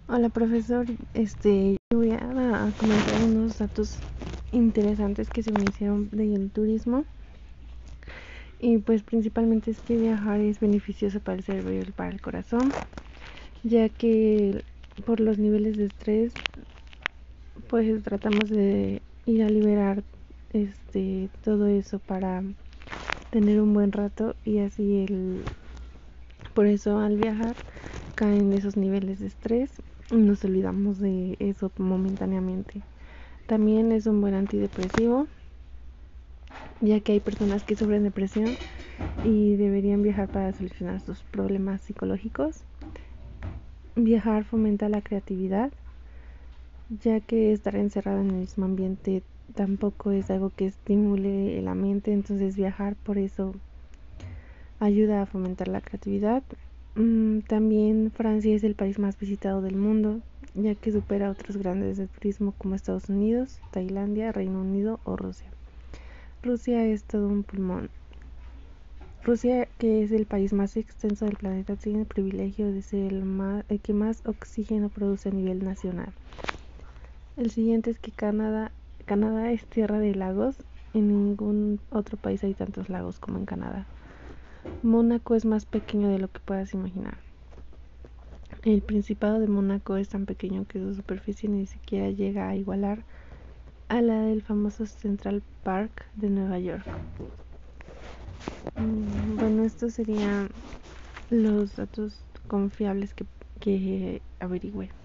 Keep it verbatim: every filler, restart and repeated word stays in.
Hola profesor, este, voy a, a comentar unos datos interesantes que se me hicieron del turismo y pues principalmente es que viajar es beneficioso para el cerebro y para el corazón, ya que por los niveles de estrés pues tratamos de ir a liberar este todo eso para tener un buen rato y así el por eso al viajar caen esos niveles de estrés y nos olvidamos de eso momentáneamente. También es un buen antidepresivo, ya que hay personas que sufren depresión y deberían viajar para solucionar sus problemas psicológicos. Viajar fomenta la creatividad, ya que estar encerrado en el mismo ambiente tampoco es algo que estimule la mente, entonces viajar por eso ayuda a fomentar la creatividad. También Francia es el país más visitado del mundo, ya que supera a otros grandes de turismo como Estados Unidos, Tailandia, Reino Unido o Rusia. Rusia es todo un pulmón. Rusia, que es el país más extenso del planeta, tiene el privilegio de ser el, más, el que más oxígeno produce a nivel nacional. El siguiente es que Canadá, Canadá es tierra de lagos. En ningún otro país hay tantos lagos como en Canadá. Mónaco es más pequeño de lo que puedas imaginar. El Principado de Mónaco es tan pequeño que su superficie ni siquiera llega a igualar a la del famoso Central Park de Nueva York. Bueno, estos serían los datos confiables que, que averigüé.